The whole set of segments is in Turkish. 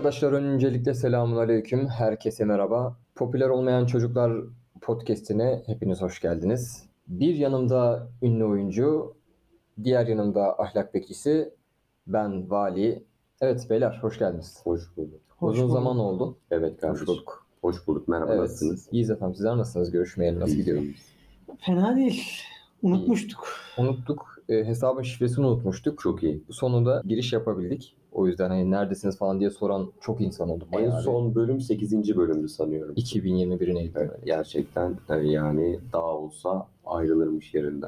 Arkadaşlar öncelikle selamunaleyküm. Herkese merhaba. Popüler Olmayan Çocuklar podcast'ine hepiniz hoş geldiniz. Bir yanımda ünlü oyuncu, diğer yanımda ahlak bekçisi, ben Vali. Evet beyler hoş geldiniz. Hoş bulduk. Uzun zaman oldu. Evet kardeşim. Hoş bulduk. Hoş bulduk. Merhaba, Evet. nasılsınız? İyiyiz efendim. Sizler nasılsınız? Görüşmeyeli nasıl gidiyor? Fena değil. Unutmuştuk. Unuttuk. Hesabın şifresini unutmuştuk. Çok iyi. Sonunda giriş yapabildik. O yüzden hani neredesiniz falan diye soran çok insan oldu. En Bayağı son bölüm 8. bölümdü sanıyorum. 2021'in Eylül'ü. Evet, gerçekten yani dağ olsa ayrılırmış yerinden.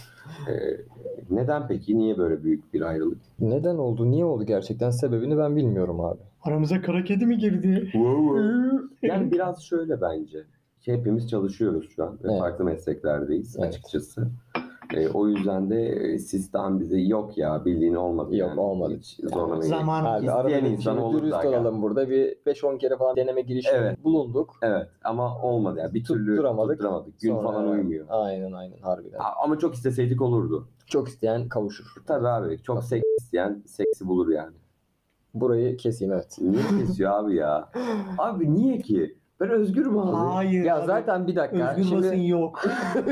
Neden peki? Niye böyle büyük bir ayrılık? Neden oldu? Niye oldu gerçekten? Sebebini ben bilmiyorum abi. Aramıza kara kedi mi girdi? Yani biraz şöyle bence. Hepimiz çalışıyoruz şu an ve Evet. farklı mesleklerdeyiz Evet. açıkçası. O yüzden de sistem bize yok ya bildiğin olmadı. Yok, yani. olmadı. Hiç zorlamayın. Zaman Abi İsteyen arada insan şimdi olur dürüst zaten. olalım burada. Bir 5-10 kere falan deneme girişi Evet. bulunduk. Evet ama olmadı ya. Bir türlü tutturamadık. Gün Sonra- falan uymuyor. Aynen harbiden. Ama çok isteseydik olurdu. Çok isteyen kavuşur. Tabii abi. Çok seks isteyen seksi bulur yani. Burayı keseyim evet. Niye kesiyor abi ya? Abi niye ki? Ben özgürüm abi. Hayır. Ya abi. zaten bir dakika. Özgür basın Şimdi yok.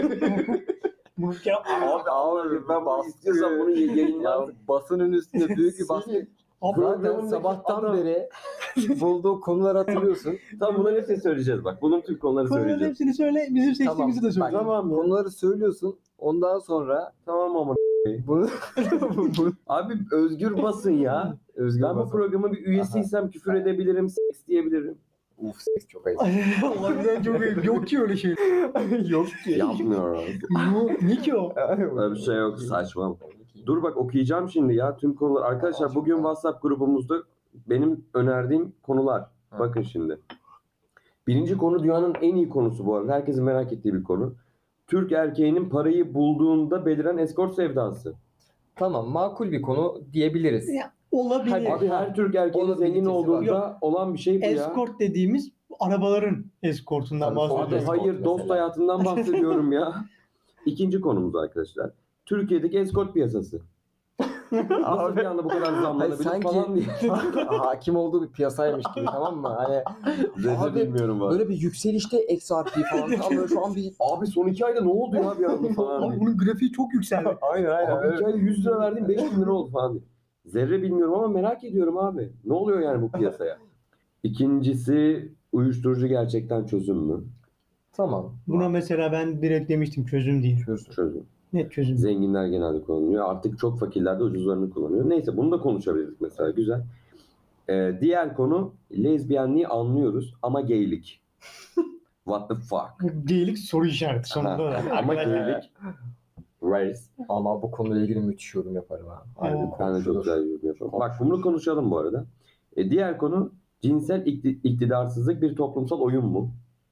Bu kere Abi ben bunu istiyorsam bunu yayınlar. ya, basının üstünde büyük bir baskı. Zaten Programındaki sabahtan adam- beri bulduğu konuları hatırlıyorsun. Tamam bunların hepsini söyleyeceğiz bak. Bunun tüm konuları konuların söyleyeceğiz. hepsini söyle. Bizim seçtiğimizi de söyle. bak, Tamam ya. konuları söylüyorsun. Ondan sonra Tamam ama bunu abi özgür basın ya. Özgür Ben bu basın. programın bir üyesiysem küfür edebilirim, seks diyebilirim. Uf seks çok ayıp. Harbiden çok iyi. Yok ki öyle şey. Yok ki. Yapmıyoruz. Yok. Ne ki o? Öyle bir şey yok, saçma. Dur bak okuyacağım şimdi ya tüm konular. Arkadaşlar bugün WhatsApp grubumuzda benim önerdiğim konular. Ha. Bakın şimdi. Birinci konu dünyanın en iyi konusu bu arada. Herkesin merak ettiği bir konu. Türk erkeğinin parayı bulduğunda beliren eskort sevdası. Tamam makul bir konu diyebiliriz. Ya, olabilir. Hadi Abi her Türk erkeğinin zengin Olabilitesi olduğunda var. olan bir şey bu ya. Eskort dediğimiz arabaların eskortundan Tabii, Abi bahsediyoruz. Eskort hayır dost mesela. hayatından bahsediyorum ya. İkinci konumuz arkadaşlar. Türkiye'deki eskort piyasası. Nasıl bir anda bu kadar zamlanabilir sanki falan diye. hakim olduğu bir piyasaymış gibi tamam mı? Hani Rezil Abi, bilmiyorum abi. böyle bir yükselişte XRP falan tam böyle şu an bir Abi son 2 ayda ne oldu ya bir anda falan Abi diye. bunun grafiği çok yükseldi. aynen Abi 2 ayda 100 lira verdim 5.000 lira oldu falan diye. Zerre bilmiyorum ama merak ediyorum abi. Ne oluyor yani bu piyasaya? İkincisi uyuşturucu gerçekten çözüm mü? Tamam. Buna mesela ben direkt demiştim çözüm değil. Çözüm. Net çözüm. Zenginler genelde kullanıyor. Artık çok fakirler de ucuzlarını kullanıyor. Neyse bunu da konuşabiliriz mesela. Güzel. Diğer konu lezbiyenliği anlıyoruz ama geylik. What the fuck? Geylik soru işareti sonunda da. Ama Arkadaşlar, geylik. Race. Ama bu konuyla ilgili müthiş yorum yaparım ha. Harbi Ben Ben de çok konuşulur. güzel yorum yapıyorum. Bak bunu konuşalım bu arada. Diğer konu cinsel iktidarsızlık bir toplumsal oyun mu?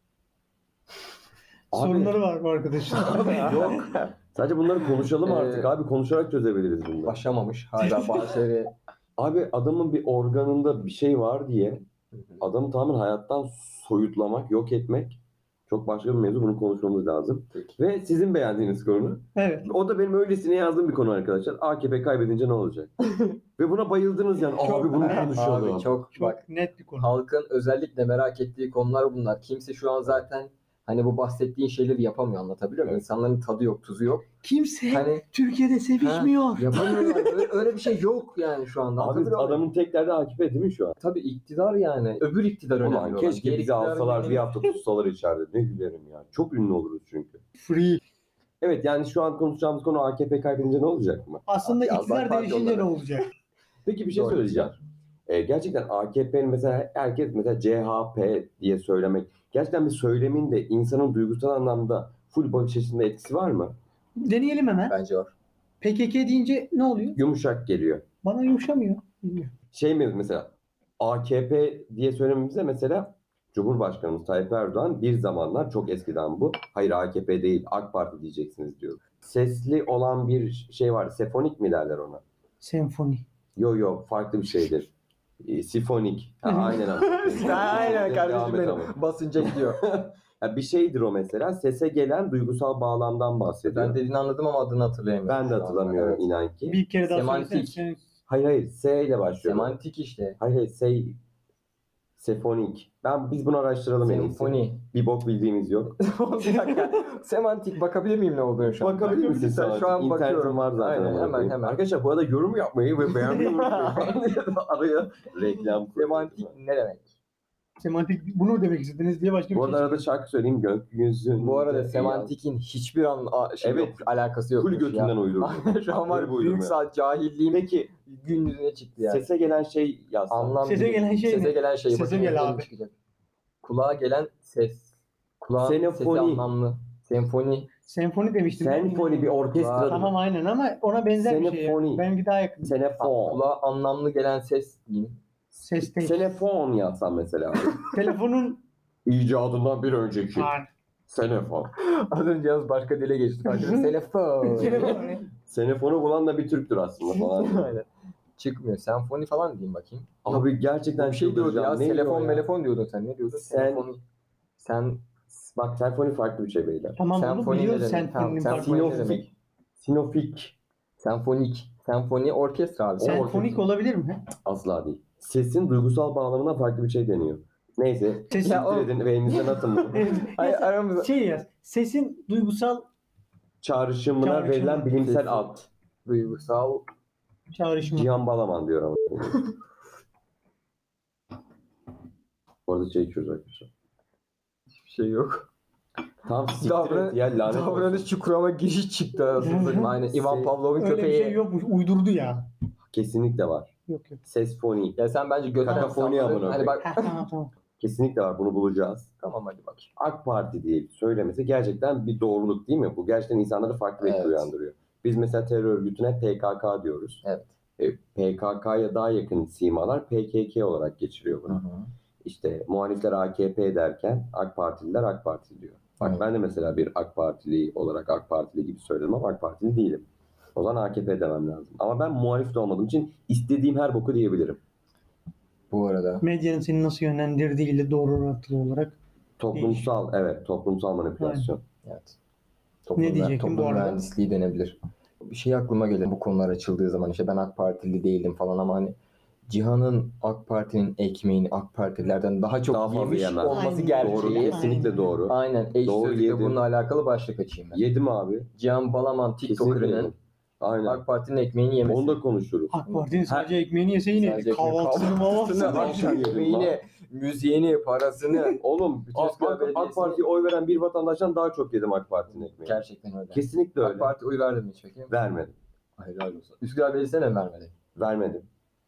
Abi, sorunları var bu arkadaşın. yok. Sadece bunları konuşalım Ee, artık abi. Konuşarak çözebiliriz bunları. Başlamamış. Hala bazı şeyleri. Abi adamın bir organında bir şey var diye adamı tamamen hayattan soyutlamak, yok etmek çok başka bir mevzu. Bunu konuşmamız lazım. Peki. Ve sizin beğendiğiniz konu. Evet. O da benim öylesine yazdığım bir konu arkadaşlar. AKP kaybedince ne olacak? Ve buna bayıldınız yani. Abi bunu konuşalım. Abi çok Çok bak net bir konu. halkın özellikle merak ettiği konular bunlar. Kimse şu an zaten hani bu bahsettiğin şeyleri yapamıyor, anlatabiliyor muyum? İnsanların tadı yok, tuzu yok. Kimse Hani Türkiye'de sevişmiyor. yapamıyorlar. Öyle bir şey yok yani şu anda. Abi Anlatabiliyor muyum? adamın tek derdi AKP değil mi şu an? Tabii iktidar yani. Öbür iktidar önemli Ulan olan. keşke Diğer bizi iktidarın alsalar önemi- bir hafta tutsalar içeride. Ne gülerim ya. Çok ünlü oluruz çünkü. Free. Evet yani şu an konuşacağımız konu AKP kaybedince ne olacak mı? Aslında Ya, iktidar bak, değişince ne pardon. olacak? Peki bir şey Doğru. söyleyeceğim. Gerçekten AKP'nin mesela herkes mesela CHP diye söylemek. Gerçekten bir söylemin de insanın duygusal anlamda full bakış açısında etkisi var mı? Deneyelim hemen. Bence var. PKK deyince ne oluyor? Yumuşak geliyor. Bana yumuşamıyor. Bilmiyorum. Şey mi mesela AKP diye söylememize mesela Cumhurbaşkanımız Tayyip Erdoğan bir zamanlar çok eskiden bu. Hayır AKP değil AK Parti diyeceksiniz diyor. Sesli olan bir şey var. Sefonik mi derler ona? Senfoni. Yo farklı bir şeydir. Sifonik. Ha, aynen abi. Aynen Devam kardeşim et benim. ama. Basınca gidiyor. Ya bir şeydir o mesela. Sese gelen duygusal bağlamdan bahsediyor. Ben dediğini anladım ama adını hatırlayamıyorum. Ben de hatırlamıyorum Evet. inan ki. Bir kere daha Semantik. söylesene. Hayır S ile başlıyor. Semantik işte. Hayır S Sefonik. Biz bunu araştıralım en iyisi. Senfoni. Bir bok bildiğimiz yok. Bir dakika. Semantik bakabilir miyim ne olduğunu şu an? Bakabilir misin Sen sen? şu an İnternetim bakıyorum. var zaten. Aynen, amına koyayım. hemen. Arkadaşlar bu arada yorum yapmayı ve beğenmeyi unutmayın. Araya reklam. Semantik ne demek? Semantik bunu demek istediniz diye başka bir Bu şey arada arada şarkı söyleyeyim. Gökyüzün. Bu arada semantikin hiçbir Evet. alakası yok. Full götünden uydurdum. Şu an var Böyle bir büyük uydurma. saat cahilliğim Peki gün yüzüne çıktı yani. sese gelen şey yazsam. Anlam Sese gelen şey Sese ne? gelen şey. Sese bakayım gel benim abi. çıkacak. Kulağa gelen ses. Kulağın sesi Senfoni. anlamlı. Senfoni. Senfoni demiştim. Senfoni bir orkestra. Tamam aynen ama ona benzer bir şey. Senfoni. Benimki daha yakın. Senefon. Kulağa anlamlı gelen ses diyeyim. Ses değil. Senefon yazsam mesela. Telefonun İcadından bir önceki. Var. Senefon. Az önce yalnız başka dile geçti. Telefon. Senefonu bulan da bir Türktür aslında falan. Aynen. Çıkmıyor. Senfoni falan diyeyim bakayım. Abi gerçekten Bir şey diyordu ya. çıldıracağım. Neydi o Telefon ya? telefon diyordun sen. Ne diyordun? Senfoni. Sen Bak senfoni farklı bir şey beyler. Tamam bunu Senfoni biliyoruz. ne demek? Senfoninin Tamam, farkı. senfoni ne demek? Sinofik. Sinofik. senfonik. Senfoni orkestra abi. Senfonik olabilir mi? Asla değil. Sesin duygusal bağlamına farklı bir şey deniyor. Neyse. Sesin- Siktir edin ve elinizden atın bunu. Hayır, aramızda. Şey yaz. Sesin duygusal Çağrışımına Çağrışım. verilen bilimsel Sesin. ad. Duygusal. çağrışımı. Cihan Balaman diyor ama. Bu arada çay içiyoruz arkadaşlar. Hiçbir şey yok. Tam siktir et ya lanet olsun. Davranış çukurama giriş çıktı aslında. Aynen Ivan Pavlov'un Öyle bir köpeği. şey yokmuş. Uydurdu ya. Kesinlikle var. Yok yok. Sesfoni. Ya sen bence götten Kakafoni salladın. amına Hani bak Tamam. Kesinlikle var. Bunu bulacağız. tamam hadi bak. AK Parti diye söylemesi gerçekten bir doğruluk değil mi? Bu gerçekten insanları farklı bir etki Evet. uyandırıyor. Biz mesela terör örgütüne PKK diyoruz. Evet. PKK'ya daha yakın simalar PKK olarak geçiriyor bunu. İşte muhalifler AKP derken AK Partililer AK Parti diyor. Bak Evet. ben de mesela bir AK Partili olarak AK Partili gibi söyledim ama AK Partili değilim. O zaman AKP demem lazım. Ama ben muhalif de olmadığım için istediğim her boku diyebilirim. Bu arada. Medyanın seni nasıl yönlendirdiğiyle doğru orantılı olarak. Toplumsal, evet toplumsal manipülasyon. Evet. diyecektim toplum bu arada? mühendisliği denebilir. Bir şey aklıma gelir bu konular açıldığı zaman işte ben AK Partili değilim falan ama hani Cihan'ın AK Parti'nin ekmeğini AK Partililerden daha çok Daha fazla yemiş yemez. olması Aynen. gerçeği. Doğru, Aynen. kesinlikle doğru. Aynen. Eş Doğru Sözlük'te yedim. bununla alakalı başlık açayım ben. Yedim abi. Cihan Balaman Kesinlikle TikToker'ının yedim. Aynen. AK Parti'nin ekmeğini yemesi. Onu da konuşuruz. AK Parti'nin sadece ekmeğini yese yine Sadece ekmeği, kahvaltısını kahvaltısını, mahvaltısını. akşam yedim ekmeğini, müziğini, parasını. Oğlum Bütün AK, Üsküdar AK Belediyesi'nin- Parti'ye oy veren bir vatandaştan daha çok yedim AK Parti'nin ekmeği. Gerçekten öyle. Kesinlikle AK öyle. Parti oy verdi mi hiç peki? Vermedim. Helal olsun. Üsküdar Belediyesi'ne mi vermedi? Vermedim.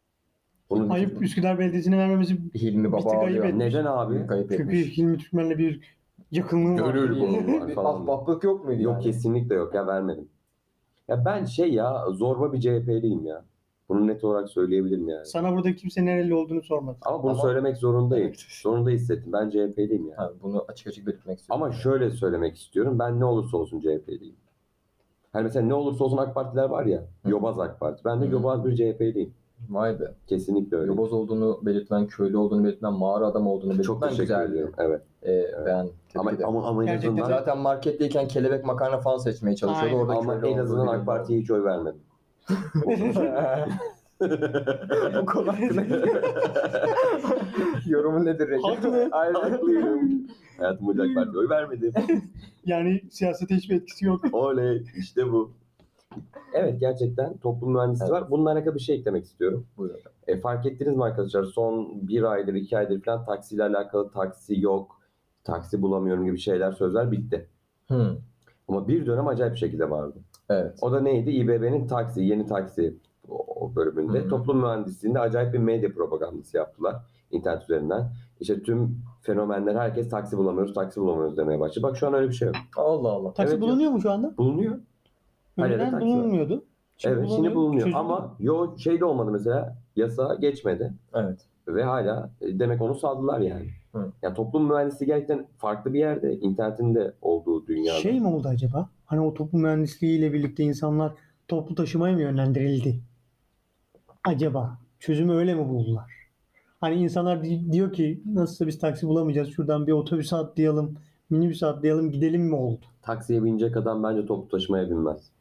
Bunu Ayıp Üsküdar Belediyesi'ne vermemesi Hilmi Bir Baba tık ayıp ağlıyor. etmiş. neden abi? Büyük ayıp çünkü etmiş. Hilmi Türkmen'le bir yakınlığı var. Gönül bağı var Bir falan. ahbaplık yok muydu Yok yani? kesinlikle yok ya vermedim. Ya ben zorba bir CHP'liyim ya. Bunu net olarak söyleyebilirim yani. Sana burada kimse nereli olduğunu sormadı. Ama bunu Ama- söylemek zorundayım. Evet. Zorunda hissettim. Ben CHP'liyim ya. Ha, bunu açık açık belirtmek istiyorum. Ama şöyle söylemek istiyorum. Ben ne olursa olsun CHP'liyim. Hani mesela ne olursa olsun AK Partiler var ya. Hı. Yobaz AK Parti. Ben de Hı. yobaz bir CHP'liyim. Vay be. Kesinlikle öyle. Yoboz olduğunu belirtmen, köylü olduğunu belirtmen, mağara adam olduğunu belirtmen Çok teşekkür güzeldi. ediyorum. Evet. Ben Ama, tebrik ederim. ama en Gerçekten azından, Zaten marketteyken kelebek makarna falan seçmeye çalışıyordu. Aynen. Orada ama köylü en olduğu azından belirli AK Parti'ye hiç oy vermedim. Bu konu hakkında yorumun nedir Recep? Haklı. Aynen. Haklıyım. Hayatım boyunca AK Parti'ye oy vermedim. Yani siyasete hiçbir etkisi yok. Oley işte bu. Evet gerçekten toplum mühendisliği Evet. var. Bununla alakalı bir şey eklemek istiyorum. Buyurun. Fark ettiniz mi arkadaşlar? Son 1 aydır 2 aydır falan taksiyle alakalı taksi yok. Taksi bulamıyorum gibi şeyler sözler bitti. Ama bir dönem acayip bir şekilde vardı. Evet. O da neydi? İBB'nin taksi, yeni taksi o bölümünde. Hı. Toplum mühendisliğinde acayip bir medya propagandası yaptılar internet üzerinden. İşte tüm fenomenler herkes taksi bulamıyoruz demeye başladı. Bak şu an öyle bir şey yok. Allah Allah. Taksi Evet, bulunuyor mu şu anda? Bulunuyor. Her yerde Önceden taksi var. bulunmuyordu. Evet şimdi bulunuyor Çözüldü ama mü? şey de olmadı mesela yasa geçmedi Evet. ve hala demek onu saldılar yani. Hı. Yani toplum mühendisliği gerçekten farklı bir yerde internetin de olduğu dünyada. Şey mi oldu acaba? Hani o toplum mühendisliğiyle birlikte insanlar toplu taşımaya mı yönlendirildi? Acaba çözümü öyle mi buldular? Hani insanlar diyor ki nasılsa biz taksi bulamayacağız. Şuradan bir otobüse atlayalım, minibüse atlayalım gidelim mi oldu? Taksiye binecek adam bence toplu taşımaya binmez.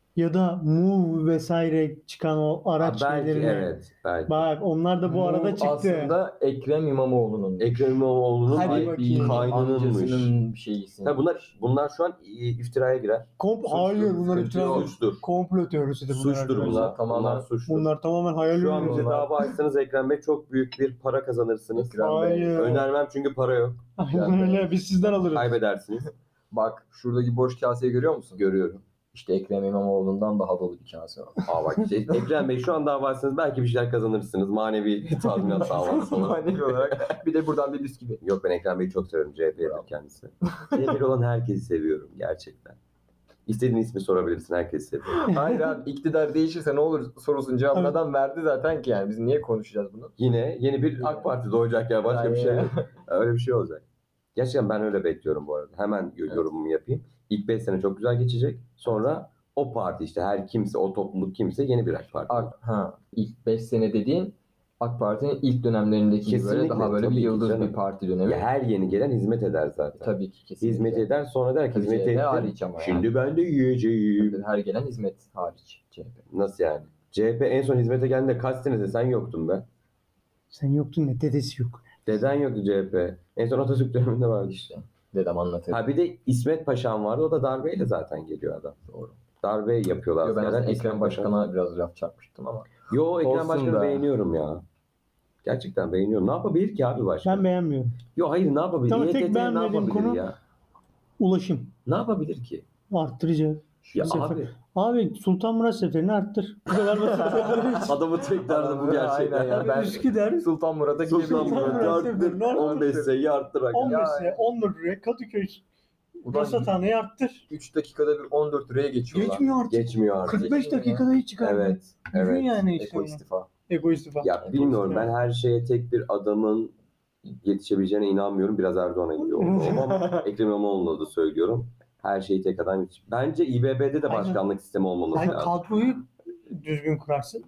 ya da Move vesaire çıkan o araç Belki şeylerine. evet. Belki. Bak onlar da bu arada Bu çıktı. aslında Ekrem İmamoğlu'nun Ekrem İmamoğlu'nun Hadi bir bakayım. kaynınınmış. amcasının bir şeyisi. Ha, bunlar şu an iftiraya girer. Hayır bunlar sıkıntı iftira yok. Suçtur. komplo teorisidir bunlar. Suçtur arkadaşlar. bunlar. Tamamen- Bunlar suçtur. Bunlar tamamen hayal Şu an ürünü. bize bunlar. dava açsanız Ekrem Bey çok büyük bir para kazanırsınız. Ekrem Bey. Hayır. Önermem çünkü para yok. Aynen öyle. Biz sizden alırız. Kaybedersiniz. Bak şuradaki boş kaseyi görüyor musun? Görüyorum. İşte Ekrem İmamoğlu'ndan daha dolu bir kase var. Bak işte Ekrem Bey şu an dava açsanız belki bir şeyler kazanırsınız. Manevi tazminat davası falan. Manevi olarak. Bir de buradan bir bisküvi. Yok, ben Ekrem Bey'i çok seviyorum. CHP'dir kendisi. CHP'li olan herkesi seviyorum gerçekten. İstediğin ismi sorabilirsin, herkesi seviyorum. Hayır abi, iktidar değişirse ne olur sorusunu cevapladan verdi zaten ki, yani biz niye konuşacağız bunu? Yine yeni bir AK Parti doğacak ya, başka bir şey Yani. yok. Öyle bir şey olacak. Gerçekten ben öyle bekliyorum bu arada. Hemen yorumumu yapayım. İlk 5 sene çok güzel geçecek. Sonra o parti işte her kimse, o topluluk kimse yeni bir AK Parti. İlk 5 sene dediğin AK Parti'nin ilk dönemlerindeki gibi böyle Kesinlikle, daha böyle bir tabii ki yıldız canım. bir parti dönemi. Ya her yeni gelen hizmet eder zaten. Tabii ki kesinlikle. Hizmet eder, sonra der ki Tabii hizmet CHP ettim. hariç ama Şimdi ben de yiyeceğim. Her gelen hizmet hariç CHP. Nasıl yani? CHP en son hizmete geldiğinde kaç senede sen yoktun be? Sen yoktun ne? Dedesi yok. Deden yoktu CHP. En son Atatürk döneminde vardı işte. Dedem anlatır. Ha bir de İsmet Paşa'm vardı. O da darbeyle zaten geliyor adam. Doğru. Darbe yapıyorlar. Yo, ben askerler. aslında İsmet Ekrem Paşa- Başkan'a biraz laf çarpmıştım ama. Yo, Ekrem Olsun Başkan'ı be. beğeniyorum ya. Gerçekten beğeniyorum. Ne yapabilir ki abi başkan? Ben beğenmiyorum. Yo hayır, ne yapabilir? Tamam, tek İETT ne beğenmediğim yapabilir konu- ya? Ulaşım. Ne yapabilir ki? Arttıracak. Ya Sefer- abi. Abi Sultan Murat seferini arttır. Bu kadar basit. Adamı tek derdi bu gerçekten. Aynen ya. Ben Üsküdar Sultan Murat'a Sultan gidebilirim. Murat Murat seferini arttır. arttır. 15 sayı arttırak. 15 liraya 14 liraya Kadıköy Rasathane'yi arttır. 3 dakikada bir 14 liraya geçiyorlar. Geçmiyor artık. Geçmiyor artık. 45 dakikada hiç çıkardı. Evet. Düşün Evet. yani işte. Eko istifa. Egoist istifa. Ya bilmiyorum, ben her şeye tek bir adamın yetişebileceğine inanmıyorum. Biraz Erdoğan'a gidiyor oldu ama Ekrem İmamoğlu'na da söylüyorum. Her şeyi tek adam yetiş. Bence İBB'de de Aynen. başkanlık sistemi olmaması Hayır, lazım. kadroyu düzgün kurarsın.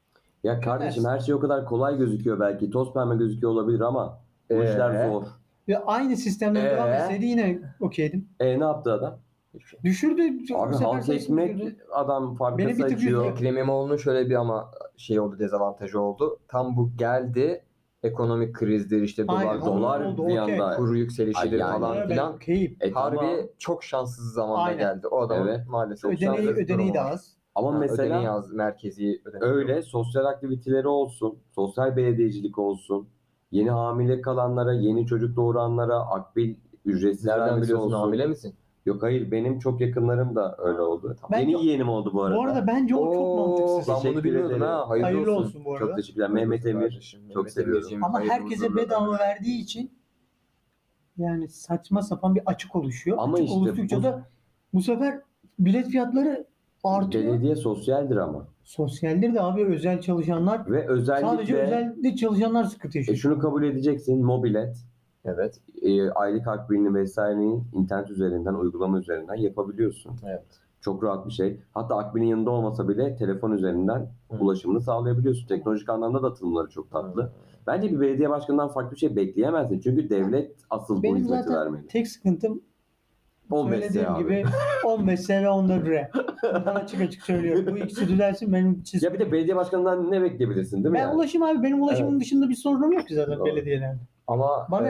Ya kardeşim, her şey o kadar kolay gözüküyor belki. Toz pembe gözüküyor olabilir ama bu işler zor. Ve aynı sistemden devam etseydi yine okeydim. Ne yaptı adam? Düşürdü. Abi sefer halk sayısını ekmek düşürdü. adam Beni fabrikası bir tık açıyor. üzüyor. Ekrem İmamoğlu'nun şöyle bir ama şey oldu, dezavantajı oldu. Tam bu geldi. Ekonomik krizdir işte, Aynen, Dolar oldu, bir okey. anda. kuru yükselişidir Ay, yani. falan Ben filan. okeyim. Harbi Tamam. çok şanssız zamanda Aynen. geldi. O adam Evet. maalesef. Ödeneği de az. Ama Ödeneği mesela az, merkezi ödeneği. öyle sosyal aktiviteleri olsun, sosyal belediyecilik olsun, yeni hamile kalanlara, yeni çocuk doğuranlara akbil ücretsiz Nereden vermesi biliyorsun, olsun. hamile misin? Yok hayır, benim çok yakınlarım da öyle oldu. Bence- Yeni yeğenim oldu bu arada. Bu arada bence o çok mantıksız. Ben bunu Teşekkür bilmiyordum ederim. ha. Hayırlı olsun bu arada. Çok teşekkürler. Mehmet Emir. Kardeşim, Çok Mehmet seviyorum. Emirciğim, Ama hayırlı herkese huzurlar. bedava verdiği için yani saçma sapan bir açık oluşuyor. Ama açık işte oluştukça bu- da bu sefer bilet fiyatları artıyor. Belediye sosyaldir ama. Sosyaldir de abi, özel çalışanlar Ve özellikle sadece özelde çalışanlar sıkıntı yaşıyor. şunu kabul edeceksin. Mobilet Evet. aylık akbilini vesaireyi internet üzerinden, uygulama üzerinden yapabiliyorsun. Evet. Çok rahat bir şey. Hatta akbilin yanında olmasa bile telefon üzerinden Hı. ulaşımını sağlayabiliyorsun. Teknolojik anlamda da atılımları çok tatlı. Bence bir belediye başkanından farklı bir şey bekleyemezsin. Çünkü devlet asıl bu Benim hizmeti zaten vermeli. tek sıkıntım 15 söylediğim abi. gibi 15 ve 14 lira. Buradan açık açık söylüyorum. Bu ikisi düzelsin benim için. Ya bir de belediye başkanından ne bekleyebilirsin değil mi? Ben yani? ulaşım abi, benim ulaşımın Evet. dışında bir sorunum yok ki zaten Doğru. belediyelerde. Ama Bana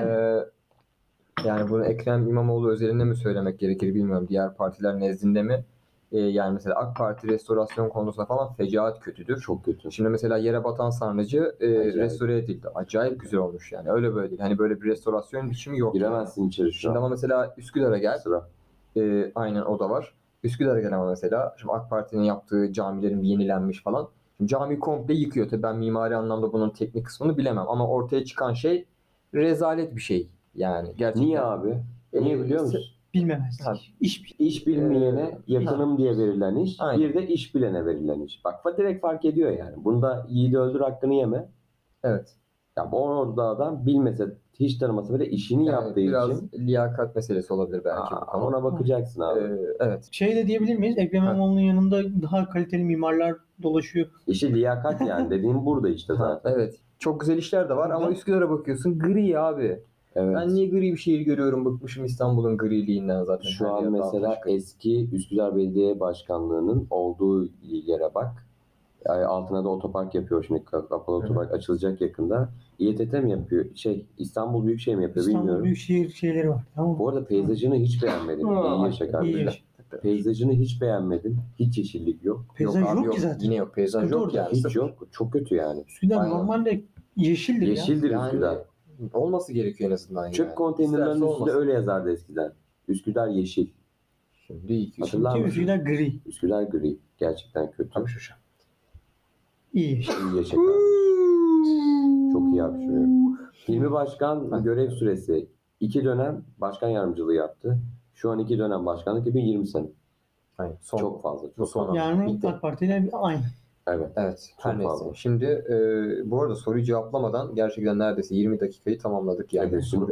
yani bunu Ekrem İmamoğlu özelinde mi söylemek gerekir bilmiyorum. Diğer partiler nezdinde mi? Yani mesela AK Parti restorasyon konusunda falan fecaat kötüdür. Çok kötü. Şimdi mesela yere batan sarnıcı Acayip. restore edildi. Acayip güzel olmuş yani. Öyle böyle değil. Hani böyle bir restorasyon biçimi yok. Giremezsin içeri şu Şimdi an. ama mesela Üsküdar'a gel. Sıra. Aynen o da var. Üsküdar'a gel ama mesela. Şimdi AK Parti'nin yaptığı camilerin bir yenilenmiş falan. Şimdi cami komple yıkıyor. Tabii ben mimari anlamda bunun teknik kısmını bilemem. Ama ortaya çıkan şey rezalet bir şey. Yani gerçekten. Niye abi? Niye biliyor musun? bilmemezlik. Ha. İş İş bilmeyene yakınım diye verilen iş, Aynen. bir de iş bilene verilen iş. Bak direkt fark ediyor yani. Bunda yiğidi öldür hakkını yeme. Evet. Ya bu orada adam bilmese, hiç tanımasa bile işini Yani yaptığı biraz için liyakat meselesi olabilir belki bu konu. ona bakacaksın abi. Evet. Şey de diyebilir miyiz? Ekrem İmamoğlu'nun yanında daha kaliteli mimarlar dolaşıyor. İşi liyakat yani dediğim burada işte zaten. Evet. Çok güzel işler de var ama Hı. Üsküdar'a bakıyorsun gri abi. Evet. Ben niye gri bir şehir görüyorum? Bıkmışım İstanbul'un griliğinden zaten. Şu Her an yer mesela dağılmış gri. eski Üsküdar Belediye Başkanlığı'nın olduğu yere bak. Yani altına da otopark yapıyor şimdi. Kapalı otopark açılacak yakında. İETT mi yapıyor? İstanbul Büyükşehir mi yapıyor İstanbul bilmiyorum. Büyükşehir şeyleri var. Tamam mı? Bu arada peyzajını hiç beğenmedim. İyi yaşa İyi kardeşim. yaşa. Peyzajını hiç beğenmedim. Hiç yeşillik yok. Peyzaj abi, yok ki zaten. Yine yok. Peyzaj Sıkıntı yok orada. yani. Hiç Sıfır. yok. Çok kötü yani. Üsküdar Aynen. normalde yeşildir ya. Yeşildir Yani Üsküdar. olması gerekiyor en azından Çöp yani. konteynerlerinin İsterse üstünde olmasın. öyle yazardı eskiden. Üsküdar yeşil. Şimdi iyi ki. Hatırlar Çünkü mısın? Üsküdar gri. Üsküdar gri. Gerçekten kötü. Tabii şu an. İyi yaşa. İyi yaşa kardeşim. Çok iyi yapıştırıyor. Hilmi Başkan görev süresi 2 dönem başkan yardımcılığı yaptı. Şu an 2 dönem başkanlık gibi 20 sene. Aynen. Son. Çok fazla. Bu Çok son. fazla. Yani Bitti. AK Parti ile aynı. Evet. Evet. Her Çok neyse. fazla. Şimdi bu arada soruyu cevaplamadan gerçekten neredeyse 20 dakikayı tamamladık yani. Evet, şimdi-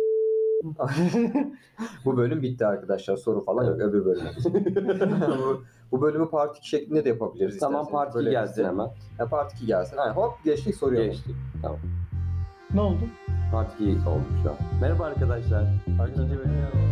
Bu bölüm bitti arkadaşlar. Soru falan yok. Öbür bölüme. bu bölümü part 2 şeklinde de yapabiliriz. Tamam isterseniz. parti Böyle gelsin bizde. hemen. Part 2 gelsin. Aynen, hop geçtik soruya. Geçtik. Tamam. Ne oldu? Part 2 oldu şu an. Merhaba arkadaşlar. Arkadaşlar,